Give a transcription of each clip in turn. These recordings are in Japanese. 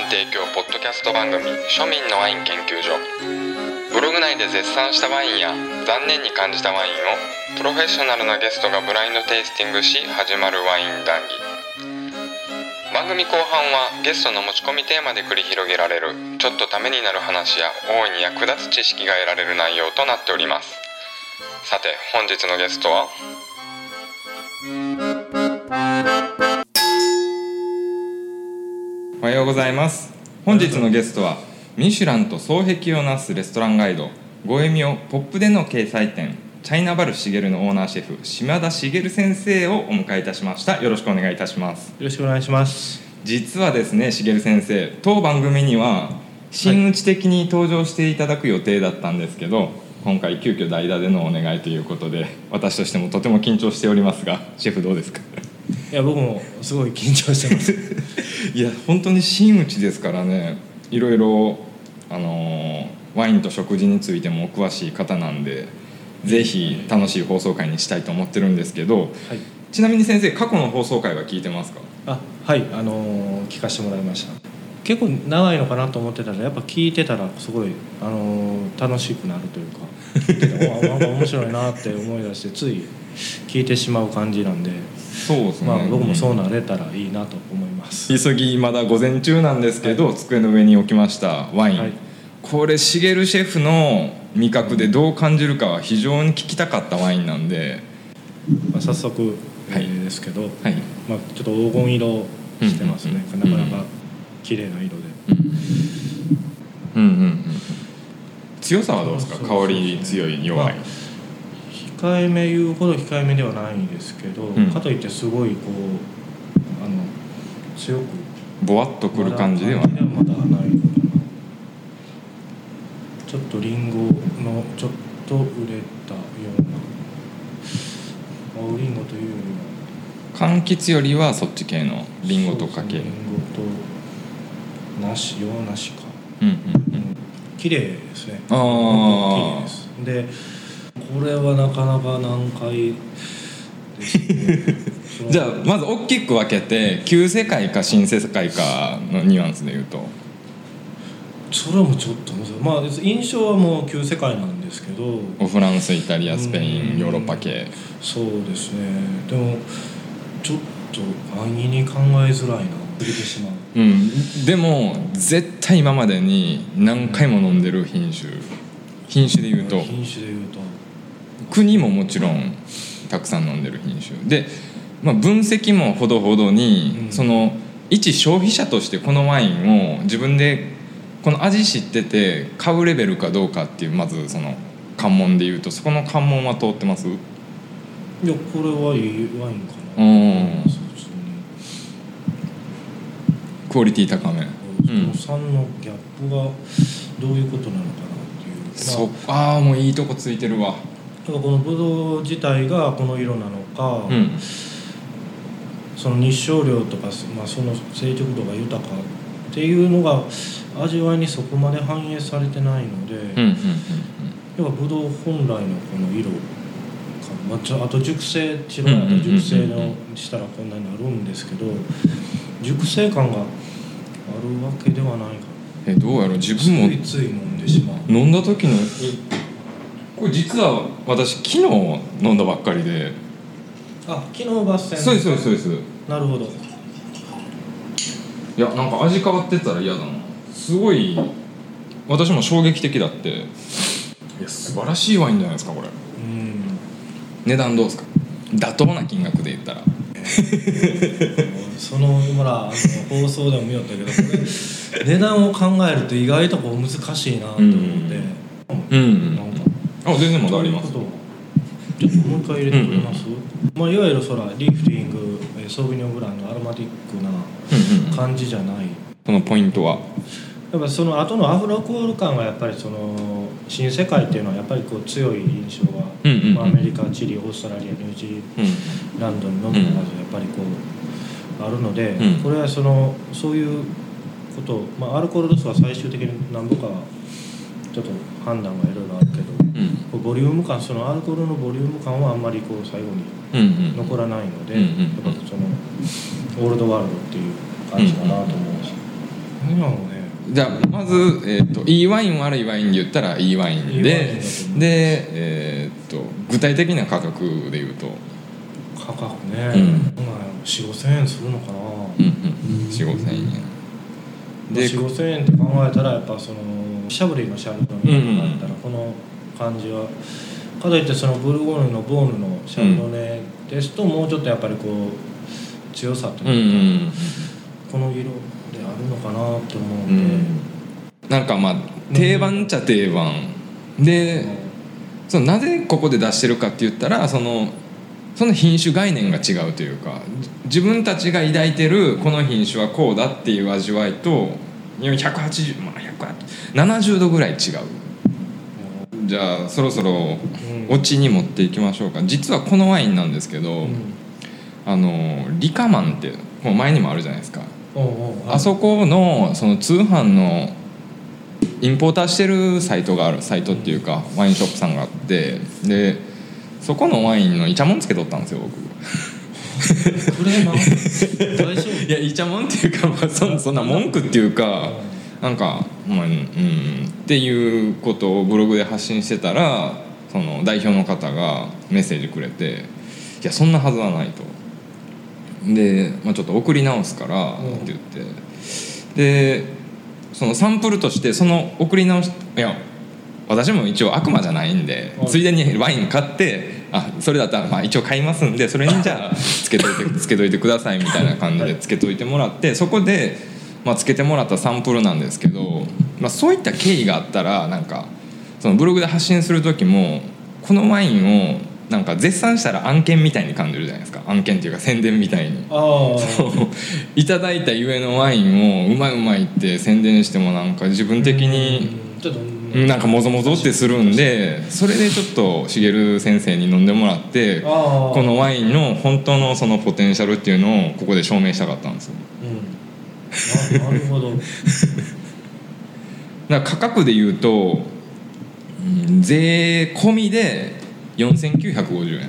提供ポッドキャスト番組庶民のワイン研究所。ブログ内で絶賛したワインや残念に感じたワインをプロフェッショナルなゲストがブラインドテイスティングし始まるワイン談義。番組後半はゲストの持ち込みテーマで繰り広げられるちょっとためになる話や大いに役立つ知識が得られる内容となっております。さて本日のゲストはおはようございます。本日のゲストはミシュランと双璧をなすレストランガイドゴエミオポップでの掲載店チャイナバルシゲルのオーナーシェフ島田茂先生をお迎えいたしました。よろしくお願いいたします。 よろしくお願いします。 実はですね、茂先生、当番組には真打ち的に登場していただく予定だったんですけど、今回急遽代打でのお願いということで私としてもとても緊張しておりますが、シェフどうですか？ いや僕もすごい緊張してますいや本当に真打ちですからね。いろいろワインと食事についてもお詳しい方なんで、ぜひ楽しい放送回にしたいと思ってるんですけど、はい、ちなみに先生、過去の放送回は聞いてますか？ はい、聞かせてもらいました。結構長いのかなと思ってたら、やっぱ聞いてたらすごい、楽しくなるというかなんか面白いなって思い出してつい聞いてしまう感じなんで、 そうですね、 僕もそうなれたらいいなと思います。 急ぎまだ午前中なんですけど、はい、机の上に置きましたワイン、はい、これ茂シェフの味覚でどう感じるかは非常に聞きたかったワインなんで、 早速、ですけど、はい、ちょっと黄金色してますね、なかなか綺麗な色で、 強さはどうですか？香り強い弱い、 控えめ言うほど控えめではないんですけど、かといってすごいこう強くボワッとくる感じではまだないのかな。 ちょっとリンゴのちょっと売れたような青リンゴというよりは柑橘よりはそっち系のリンゴとか系、 リンゴと梨洋梨か、綺麗ですね。綺麗です。でこれはなかなか難解ですねじゃあまず大きく分けて旧世界か新世界かのニュアンスで言うと、 それもちょっと難しい。印象はもう旧世界なんですけど、 フランス、イタリア、スペイン、ヨーロッパ系。 そうですね。でもちょっと安易に考えづらいな、出てしまう。 でも絶対今までに何回も飲んでる品種で言うと国ももちろんたくさん飲んでる品種で、分析もほどほどに、その一消費者としてこのワインを自分でこの味知ってて買うレベルかどうかっていう、まずその関門で言うと、そこの関門は通ってます？ いや、これはいいワインかな。 クオリティ高め。 その3のギャップがどういうことなのかなっていう。 もういいとこついてるわ。 このブドウ自体がこの色なのか、その日照量とか、その成熟度が豊かっていうのが味わいにそこまで反映されてないので、要はブドウ本来のこの色か、あと熟成白い熟成のしたらこんなになるんですけど、熟成感があるわけではないかな。 どうやろう、自分もつい飲んでしまう。 飲んだ時のこれ実は私昨日飲んだばっかりで。 昨日抜栓。 そうです。 なるほど。 いや、なんか味変わってたら嫌だな。すごい私も衝撃的だって。いや、素晴らしいワインじゃないですかこれ。値段どうですか？妥当な金額で言ったらそのほら放送でも見よったけど、これ値段を考えると意外とこう難しいなと思って、なんか全然まだあります。 ちょっともう一回入れてくれます？いわゆるリフティングソーヴィニョンブランのアロマティックな感じじゃない。 そのポイントはやっぱその後のアフロコール感がやっぱりその新世界っていうのはやっぱりこう強い印象が、アメリカ、チリ、オーストラリア、ニュージーランドに飲むのがやっぱりこうあるので、これはそういうこと、アルコール度数は最終的に何度かちょっと判断がいろいろあるけど、ボリューム感、そのアルコールのボリューム感はあんまりこう最後に残らないので、やっぱそのオールドワールドっていう感じかなと思います。 何なのね。 じゃあまず、いいワイン悪いワインで言ったらいいワインで、具体的な価格で言うと価格ね、4、5千円するのかな。 4、5千円で4、5千円って考えたらやっぱそのシャブリーのシャルドネがあったらこの感じは、かといってそのブルゴーニュのボーヌのシャルドネですともうちょっとやっぱりこう強さというか、この色であるのかなって思うんで、 なんかまあ定番っちゃ定番で、そのなぜここで出してるかって言ったらその品種概念が違うというか、自分たちが抱いてるこの品種はこうだっていう味わいと180、170度ぐらい違う。じゃあそろそろオチに持っていきましょうか。実はこのワインなんですけど、リカマンってもう前にもあるじゃないですか。あそこのその通販のインポーターしてるサイトっていうかワインショップさんがあって、でそこのワインのイチャモンつけとったんですよ僕。 クレーマー大丈夫？ いやイチャモンっていうか、そんな文句っていうか、なんか、っていうことをブログで発信してたら、その代表の方がメッセージくれて、いやそんなはずはないと。で、ちょっと送り直すからって言って、でそのサンプルとしてその送り直し、いや私も一応悪魔じゃないんで、ついでにワイン買って、それだったら一応買いますんで、それにじゃあつけといてくださいみたいな感じでつけといてもらって、そこで、つけてもらったサンプルなんですけど、そういった経緯があったらなんかそのブログで発信する時もこのワインをなんか絶賛したら案件みたいに感じるじゃないですか。案件っていうか宣伝みたいに。そういただいたゆえのワインをうまいって宣伝してもなんか自分的になんかもぞもぞってするんで、それでちょっと茂先生に飲んでもらって、このワインの本当のそのポテンシャルっていうのをここで証明したかったんですよ。 なるほど。 だから価格で言うと、税込みで4950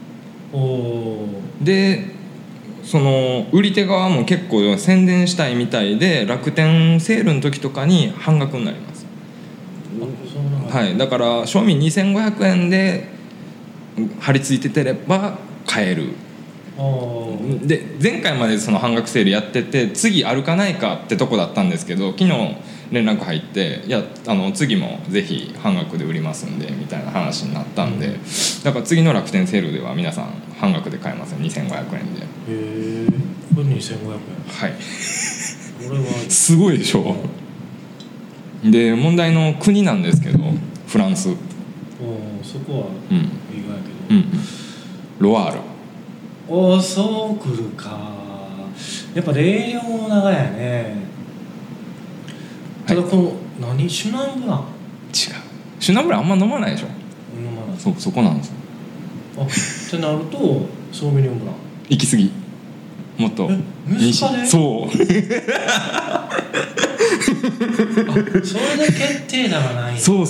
円で、その売り手側も結構宣伝したいみたいで、楽天セールの時とかに半額になります。はい、だから賞味2500円で貼り付いててれば買える。で前回までその半額セールやってて、次あるかないかってとこだったんですけど、昨日連絡入って、いや次もぜひ半額で売りますんでみたいな話になったんで、だから次の楽天セールでは皆さん半額で買えますよ、2500円で。 へえ、これ2500円。 はい。 これはすごいでしょ。で問題の国なんですけど、フランス。 そこは意外やけど、 ロワール。 そうくるか。やっぱ冷涼長やね。ただこの何シュナンブラン。違う。 シュナンブランあんま飲まないでしょ。 飲まない。 そこなんですよ。 ってなるとソービニョンブラン。 行き過ぎ。もっと西かで。 そう。 それで決定打がない。 そう。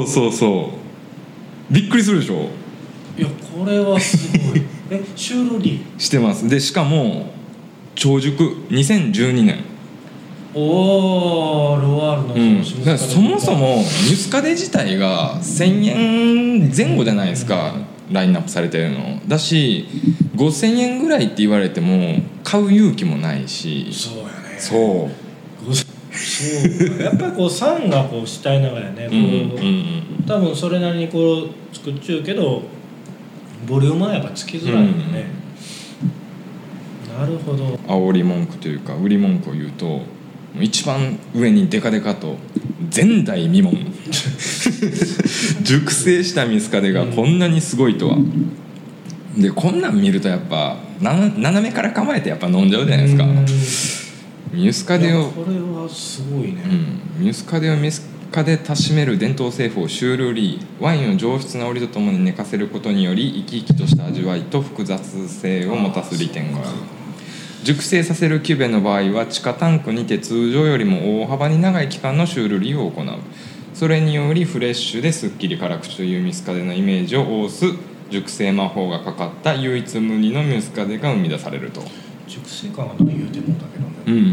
びっくりするでしょ。 いやこれはすごい。シュールリーしてます。でしかも長熟2012年。 ロワールの、 だからそもそもミュスカデ自体が1000円前後じゃないですか、ラインナップされてるのだし、5000円ぐらいって言われても買う勇気もないし。 そうやね。 そうやっぱりこう酸がこうしたいながらね、多分それなりにこう作っちゅうけどボリュームはやっぱつきづらいよね、なるほど。 煽り文句というか売り文句を言うと、一番上にデカデカと前代未聞熟成したミスカデがこんなにすごいとは。でこんなん見るとやっぱ斜めから構えてやっぱ飲んじゃうじゃないですか。ミュスカデをこれはすごいね、 ミュスカデをミスカデたしめる伝統製法シュールリー。ワインを上質な織りとともに寝かせることにより生き生きとした味わいと複雑性を持たす利点がある。熟成させるキュベの場合は地下タンクにて通常よりも大幅に長い期間のシュールリーを行う。それによりフレッシュですっきり辛口というミスカデのイメージを押す熟成魔法がかかった唯一無二のミュスカデが生み出されると。 熟成感がない言うてもんだけどね、 うん、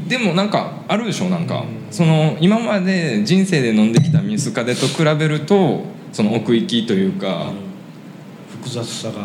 でもなんかあるでしょなんか、その今まで人生で飲んできたミスカデと比べるとその奥行きというか、 複雑さが、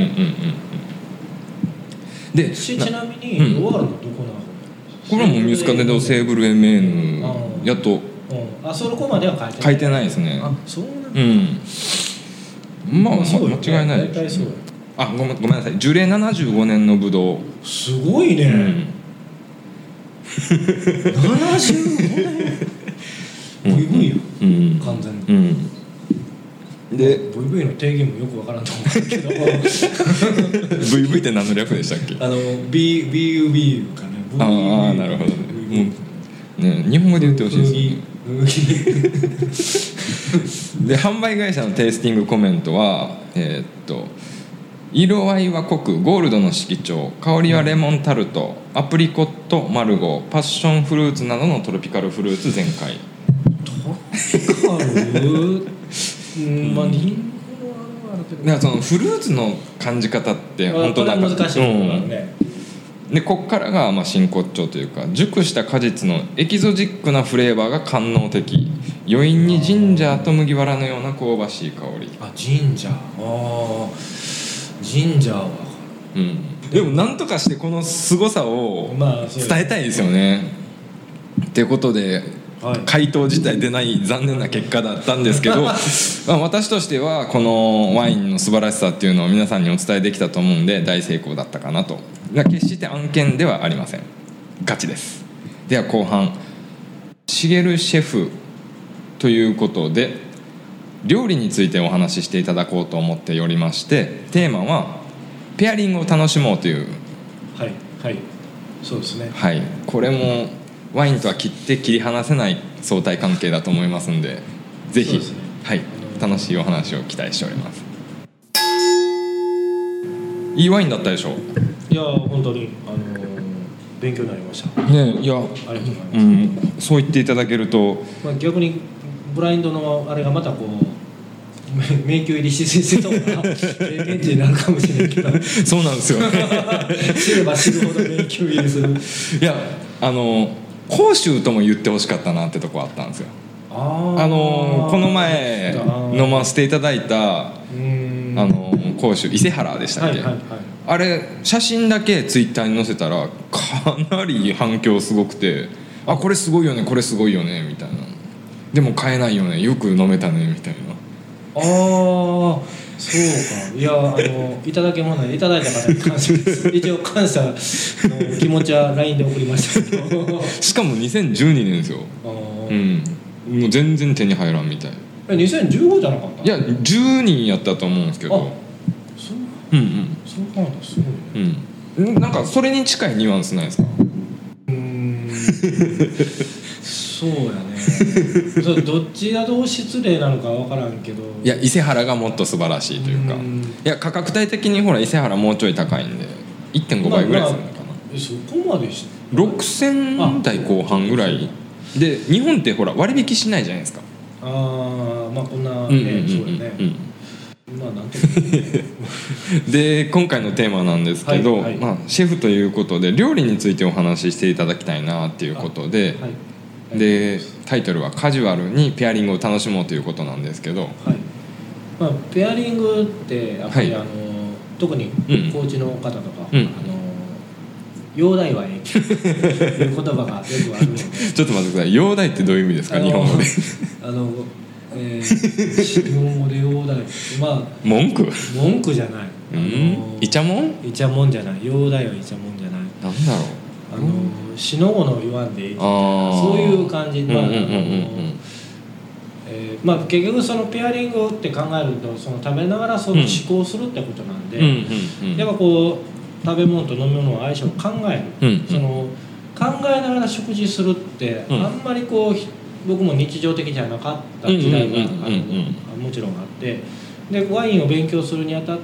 でちなみにロワールのどこなの？ これはもうミスカデ・ド・セーブル・エメーヌやっとあそこまでは書いてないですね。 あそうなんだ、 まあ間違いないでしょうね。あごめんなさい、樹齢75年のブドウ。 すごいね、75年VV よ、完全に、で VV の定義もよくわからんと思うけど VV って何の略でしたっけ ？BUB かね。 ああなるほどね、日本語で言ってほしいですねで販売会社のテイスティングコメントは色合いは濃くゴールドの色調、香りはレモンタルト、アプリコット、マルゴー、パッションフルーツなどのトロピカルフルーツ全開。 トロピカルまあリンゴはあるけど、 だからそのフルーツの感じ方って本当なんか難しいもんね、 でこっからがまあ真骨頂というか、熟した果実のエキゾジックなフレーバーが官能的、余韻にジンジャーと麦わらのような香ばしい香り。 ジンジャー、ジンジャーは、 でもなんとかしてこの凄さを伝えたいですよね、っていうことで、回答自体出ない残念な結果だったんですけどまあ私としてはこのワインの素晴らしさっていうのを皆さんにお伝えできたと思うんで大成功だったかなと。決して案件ではありません、ガチです。では後半、しげるシェフということで料理についてお話ししていただこうと思っておりまして、テーマはペアリングを楽しもうという、 そうですね、 これもワインとは切り離せない相対関係だと思いますんで、ぜひ、楽しいお話を期待しております。いいワインだったでしょ。 いや本当に勉強になりましたね。いやありがとうございます、 そう言っていただけると、 逆にブラインドのあれがまたこう迷宮入りしそうな経験値になるかもしれないけどそうなんですよ知れば知るほど迷宮入りする。 いや甲州とも言ってほしかったなってとこあったんですよ。この前飲ませていただいた甲州伊勢原でしたっけ、あれ写真だけツイッターに載せたらかなり反響すごくて、あこれすごいよねこれすごいよねみたいな、でも買えないよねよく飲めたねみたいな。そうか。 いやいただき物いただいた方に感謝です。一応感謝の気持ちは LINE で送りましたけどしかも2012年ですよ。もう全然手に入らんみたい。 2015じゃなかった？ いや10人やったと思うんですけど。 そうなんだ、すごいね。 なんかそれに近いニュアンスないですか？ そうやねどっちがどう失礼なのか分からんけど、 いや伊勢原がもっと素晴らしいというか、いや価格帯的にほら伊勢原もうちょい高いんで 1.5 倍ぐらいするのかな、 そこまで 6000台後半ぐらいで、日本ってほら割引しないじゃないですか。 まあこんなね、そうやね、なんていうで今回のテーマなんですけど、シェフということで料理についてお話ししていただきたいなっていうことで、でタイトルはカジュアルにペアリングを楽しもうということなんですけど、 ペアリングってやっぱり、特にコーチの方とか、容体は影響という言葉がよくあるのでちょっと待ってください、容体ってどういう意味ですか？日本語で日本語で容体、文句じゃない、 イチャモンじゃない、容体はイチャモンじゃない、 なんだろう、 しのごの言わんでいい、そういう感じ。結局そのペアリングって考えると、その食べながらその思考するってことなんで、やっぱこう食べ物と飲み物の相性を考える、その考えながら食事するって、あんまりこう僕も日常的じゃなかった時代がもちろんあって、でワインを勉強するにあたって、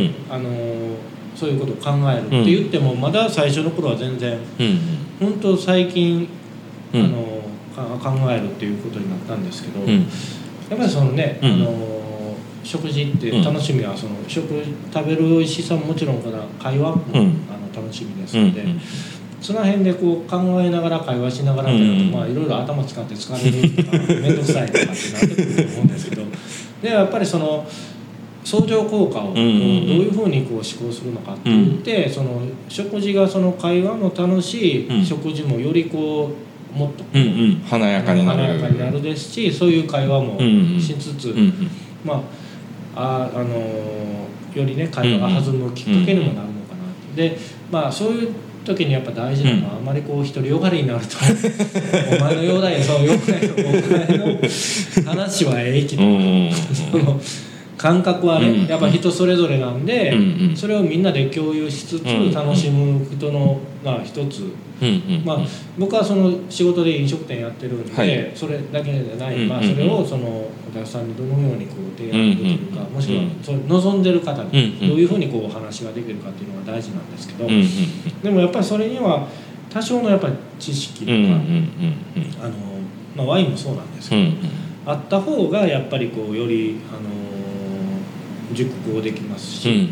そういうことを考えるって言っても、まだ最初の頃は全然、本当最近考えるっていうことになったんですけど、やっぱりそのね、 食事って楽しみはその食べる美味しさももちろんから会話も楽しみですので、その辺でこう考えながら会話しながらっていうと、まあいろいろ頭使って疲れるとか面倒くさいとかってなってくると思うんですけど、でやっぱりその相乗効果をどういうふうにこう思考するのかって言って、その食事がその会話も楽しい、食事もよりこうもっと華やかになるですし、そういう会話もしつつ、まあよりね会話が弾むきっかけにもなるのかな。でまあそういう時にやっぱ大事なのは、あんまりこう独りよがりになるとお前の容体そうよくないお前の話はええきとその感覚はねやっぱ人それぞれなんで、それをみんなで共有しつつ楽しむ人の一つ、まあ僕はその仕事で飲食店やってるんで、それだけじゃない、まあそれをそのお客さんにどのようにこう提案できるか、もしくはそれ望んでる方にどういうふうにこうお話ができるかっていうのが大事なんですけど、でもやっぱりそれには多少のやっぱり知識とか、まあワインもそうなんですけど、あった方がやっぱりこうより熟考できますし、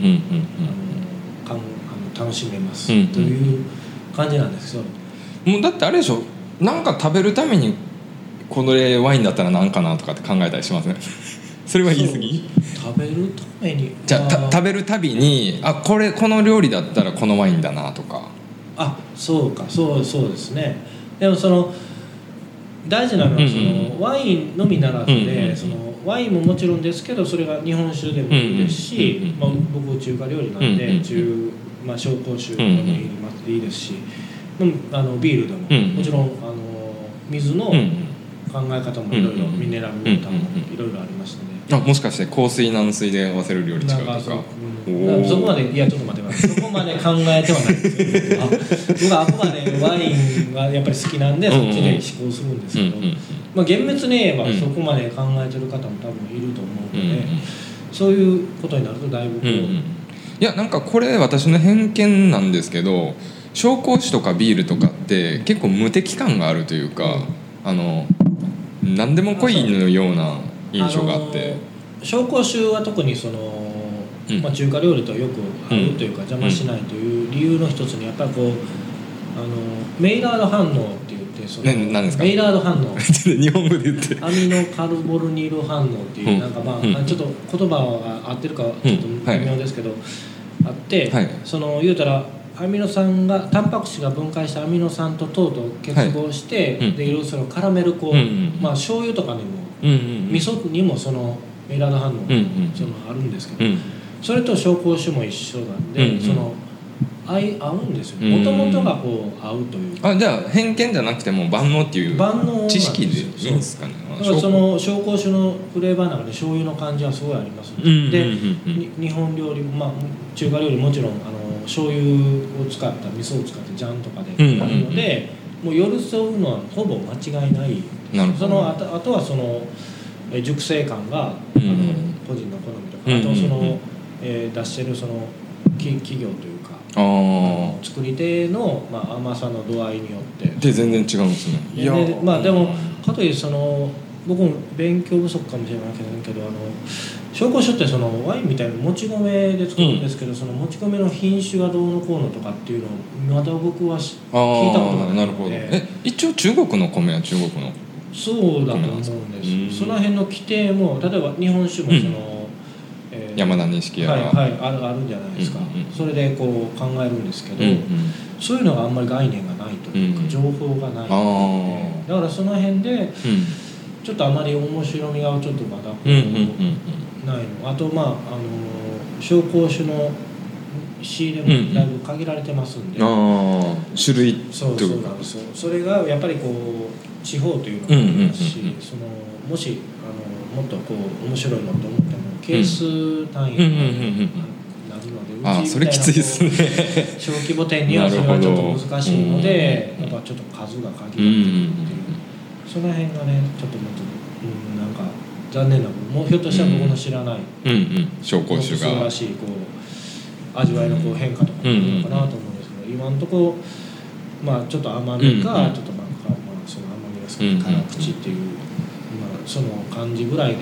楽しめますという感じなんですけど、 もうだってあれでしょ、なんか食べるためにこれワインだったら何かなとかって考えたりしますねそれは言い過ぎ？ 食べるためにじゃあ食べるたびにこの料理だったらこのワインだなとか。 そうかそうですね。でもその大事なのはそのワインのみならずで、そのワインももちろんですけど、それが日本酒でもいいですし、僕中華料理なんで紹興酒でもいいですし、ビールでももちろん水の考え方もいろいろ、ミネラルウォーターもいろいろありますので、 もしかして硬水軟水で合わせる料理違うとか。 そこまでちょっと待ってください。そこまで考えてはないですよ僕はあくまでワインがやっぱり好きなんでそっちで思考するんですけど、厳密に言えばそこまで考えてる方も多分いると思うので、そういうことになるとだいぶこう、 いやなんかこれ私の偏見なんですけど、紹興酒とかビールとかって結構無敵感があるというか、何でも濃いのような印象があって、 紹興酒は特にその中華料理とよく合うというか邪魔しないという理由の一つにやっぱりこうメイラード反応って言ってその、 何ですか？ メイラード反応日本語で言ってアミノカルボルニル反応っていう、なんかちょっと言葉が合ってるかちょっと微妙ですけど、あって、その言うたらアミノ酸がタンパク質が分解したアミノ酸と糖と結合して、でいろいろそれを絡めるこう、醤油とかにも、味噌にもそのメイラード反応そのあるんですけど、それと紹興酒も一緒なんで、その合うんですよ。もともとがこう合うというか。 じゃあ偏見じゃなくても万能っていう知識でいいんですかね。 だからその紹興酒のフレーバーの中で醤油の感じはすごいありますね。で、日本料理中華料理もちろん醤油を使った味噌を使ってジャンとかであるので、もう寄り添うのはほぼ間違いない。そのあとはその熟成感が個人の好みとか、あとその出してるその企業というか作り手の甘さの度合いによってで全然違うんですね。 でもかといってその僕も勉強不足かもしれないけど紹興酒ってそのワインみたいなもち米で作るんですけど、そのもち米の品種がどうのこうのとかっていうのをまだ僕は聞いたことがないので。 一応中国の米は中国のそうだと思うんです。その辺の規定も例えば日本酒もその、 山田錦やらあるんじゃないですか、それでこう考えるんですけど、そういうのがあんまり概念がないというか、情報がないので、だからその辺で、ちょっとあまり面白みがちょっとまだないの。あと紹興酒の仕入れもだいぶ限られてますんで、 種類そうなんですよ。それがやっぱりこう地方というのもありますし、もしもっとこう面白いなと思ってもケース単位になるので、 それきついですね小規模店にはそれはちょっと難しいので、やっぱちょっと数が限られてるっていう、その辺がねちょっともっとなんか残念な部分もうひょっとしたら僕の知らない紹興酒が素晴らしいこう味わいのこう変化とかあるのかなと思うんですけど、今のところちょっと甘みか、ちょっとその甘みが少ない辛口っていう、その感じぐらいでしかこ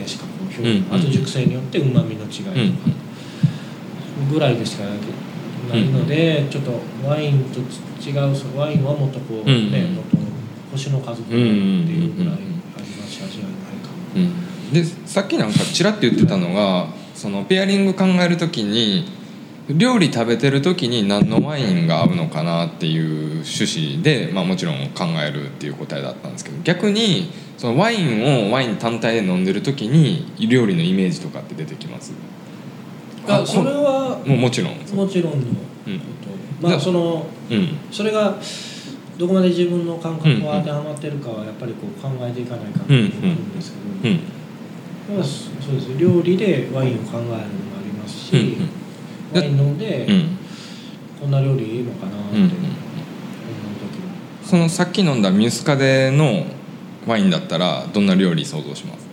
表現、あと熟成によってうまみの違いとかぐらいでしかないので、ちょっとワインと違う、ワインはもっとこうね、もっと星の数っていうぐらいありますし、味わいないかも。 でさっきなんかちらっと言ってたのが、そのペアリング考えるときに料理食べてる時に何のワインが合うのかなっていう趣旨で、もちろん考えるっていう答えだったんですけど、逆にそのワインをワイン単体で飲んでる時に料理のイメージとかって出てきます？ それはもちろんの、その、それがどこまで自分の感覚が当てはまってるかはやっぱりこう考えていかないかなと思うんですけど、そうです。料理でワインを考えるのもありますし、ワイン飲んで、こんな料理いいのかなって思う時も、 そのさっき飲んだミュスカデのワインだったらどんな料理想像します？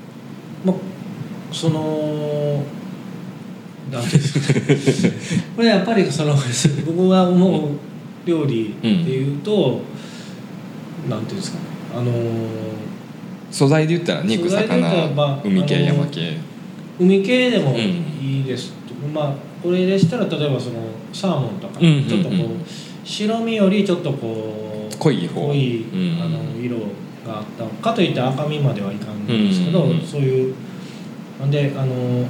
そのなんですかこれやっぱりその僕が思う料理っていうと、なんていうんですかね、 素材で言ったら肉、魚、海系、山系。 海系でもいいです。これでしたら例えばそのサーモンとか、ちょっとこう白身よりちょっとこう濃い方、 色があったかといって赤身まではいかんんですけど、そういうなんでなん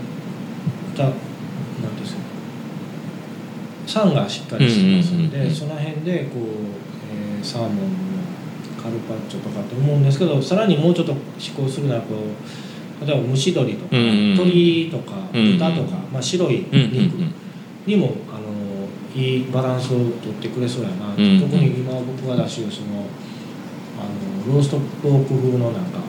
ですか、酸がしっかりしてますので、その辺でこう、サーモンのカルパッチョとかと思うんですけど、さらにもうちょっと試行するならこう例えば蒸し鶏とか、鶏とか豚とか、白い肉にもいいバランスを取ってくれそうやな、特に今僕が出してるそのローストポーク風のなんか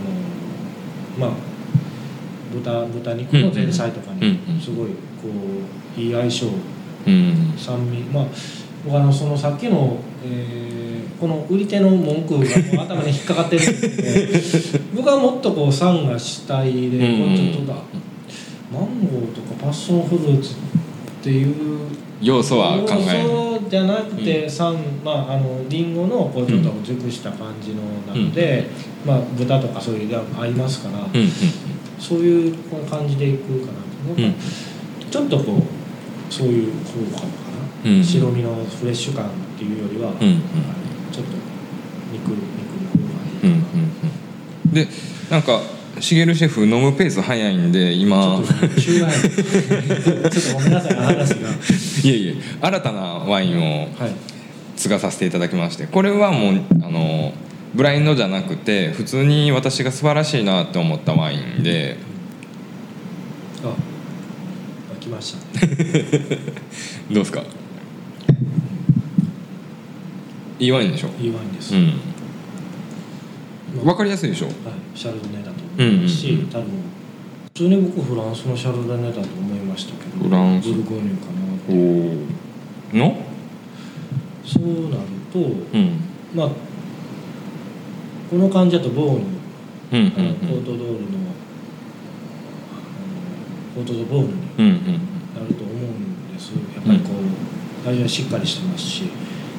豚肉の前菜とかにすごいこういい相性、酸味、僕そのさっきの、この売り手の文句が頭に引っかかってるんで僕はもっとこう酸が主体で、こうちょっとマンゴーとかパッションフルーツっていう要素は考える。 要素じゃなくて、リンゴのこうちょっと熟した感じのなので、豚とかそういうの合いますから、そういう感じでいくかなと、ちょっとこうそういう効果かな、白身のフレッシュ感っていうよりは、ちょっと肉の方がいいかな。 でなんかしげるシェフ飲むペース早いんで今ちょっとごめんなさい話がいえ新たなワインを継がさせていただきまして、これはもうブラインドじゃなくて普通に私が素晴らしいなって思ったワインで、 来ましたねどうですか？いいワインでしょ？ いいワインです、 分かりやすいでしょ？ シャルドネだと思いますし、多分普通に僕フランスのシャルドネだと思いましたけど、 フランスブルゴーニュかなの？ そうなると、この感じだとボーニュ、コートドールのコートドボールになると思うんです。やっぱりこう味はしっかりしてますし、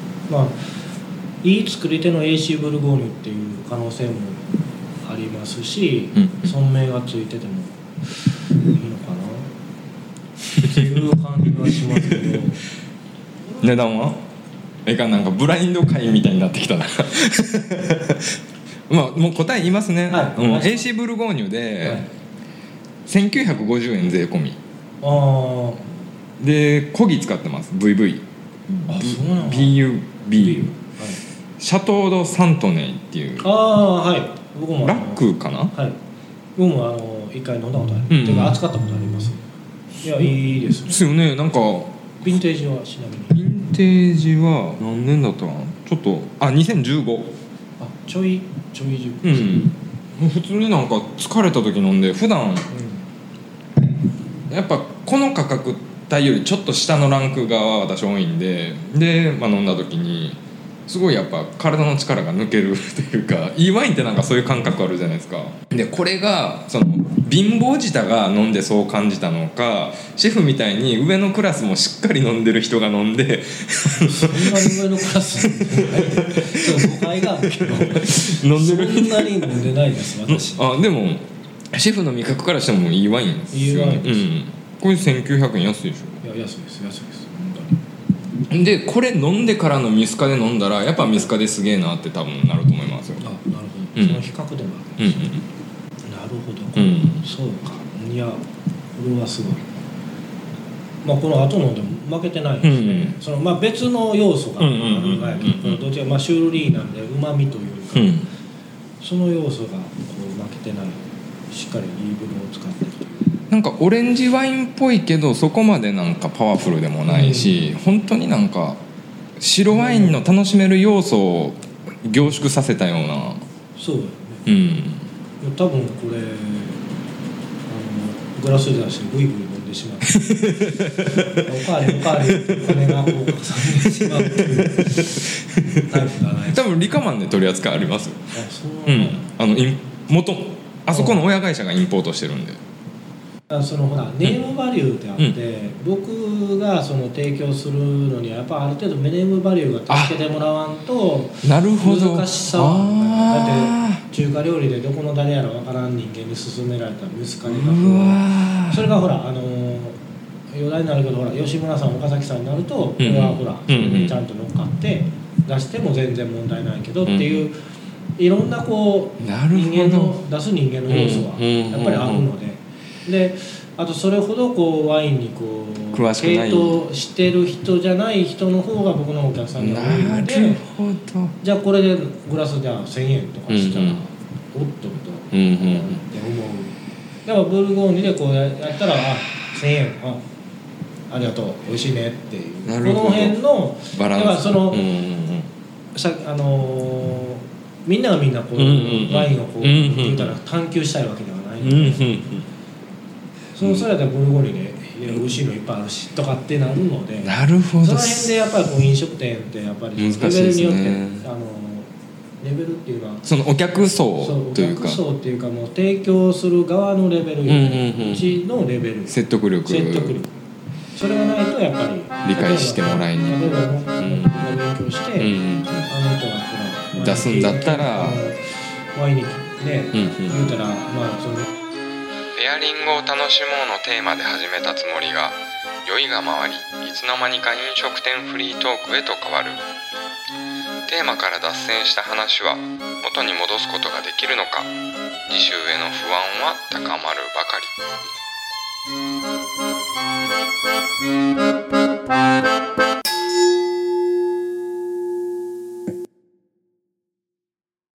いい作り手の AC ブルゴーニュっていう可能性もありますし、村名がついててもいいのかなっていう感じはしますけど値段は？なんかブラインド会みたいになってきたなもう答え言いますね、AC ブルゴーニュで、1950円税込みでコギ使ってます。 VV PUB、シャトード・サントネイっていう、 僕もラックかな、 僕も一回飲んだことある、ていうか扱ったことあります。いや、いいですね。 ですよね。なんかヴィンテージはちなみにヴィンテージは何年だったかな、ちょっと2015、 ちょい10、 普通になんか疲れた時飲んで、普段、やっぱこの価格帯よりちょっと下のランクが私多いんで、飲んだ時にすごいやっぱ体の力が抜けるというか、いいワインってなんかそういう感覚あるじゃないですか。でこれがその貧乏舌が飲んでそう感じたのか、シェフみたいに上のクラスもしっかり飲んでる人が飲んでそんなに上のクラス誤解があるけど飲んでるそんなに飲んでないです私。 でもシェフの味覚からしてもいいワインですよね。 いいワインです、 これ1900円安いでしょ。 いや安いです本当に。 でこれ飲んでからのミスカで飲んだらやっぱミスカですげえなって多分なると思いますよ。 あ、なるほど、その比較でもあるんです、なるほど、そうか。いやこれはすごい。この後のでも負けてないですね、その別の要素があるんだけど、どちらシュールリーなんでうまみというか、その要素がこう負けてない、しっかりいいブドウを使ってるという。 なんかオレンジワインっぽいけどそこまでなんかパワフルでもないし、本当になんか白ワインの楽しめる要素を凝縮させたような。 そうだよね、多分これグラスで出してブイブイ飲んでしまうおかわりおかわりお金がこう重ねてしまうっていうタイプがない。 多分リカマンで取り扱いありますよ。 あ、そうあそこの親会社がインポートしてるんで。 そのほらネームバリューってあって、僕がその提供するのにはやっぱある程度ネームバリューが助けてもらわんと難しさは。だって中華料理でどこの誰やら分からん人間に勧められたミスカレがそれがほら余談になるけど、ほら吉村さん岡崎さんになるとこれはほらそれにちゃんと乗っかって出しても全然問題ないけどっていう、いろんなこう人間の出す人間の要素はやっぱりあるので。であとそれほどこうワインにこう詳しくない系統してる人じゃない人の方が僕のお客さんが多いので、じゃあこれでグラスでは1000円とかしたら、おっとって思う。だからブルゴーニュでこうやったら1000円ありがとう美味しいねっていう、この辺のバランス。 だからその、みんながみんなこう、ワインをこう、言うたら探求したいわけではないので、それだったらブルゴーニュで美味しいのいっぱいあるしとかってなるので、 なるほど。 その辺でやっぱりこう飲食店ってやっぱりレベルによって、レベルっていうのはそのお客層というか、 お客層っていうかもう提供する側のレベル、うちのレベル、 説得力、 それがないとやっぱり理解してもらえに、 例えば僕が勉強して、あの人が出すんだったらワインにね、言うたらそのペアリングを楽しもうのテーマで始めたつもりが酔いが回り、いつの間にか飲食店フリートークへと変わる。テーマから脱線した話は元に戻すことができるのか、次週への不安は高まるばかり。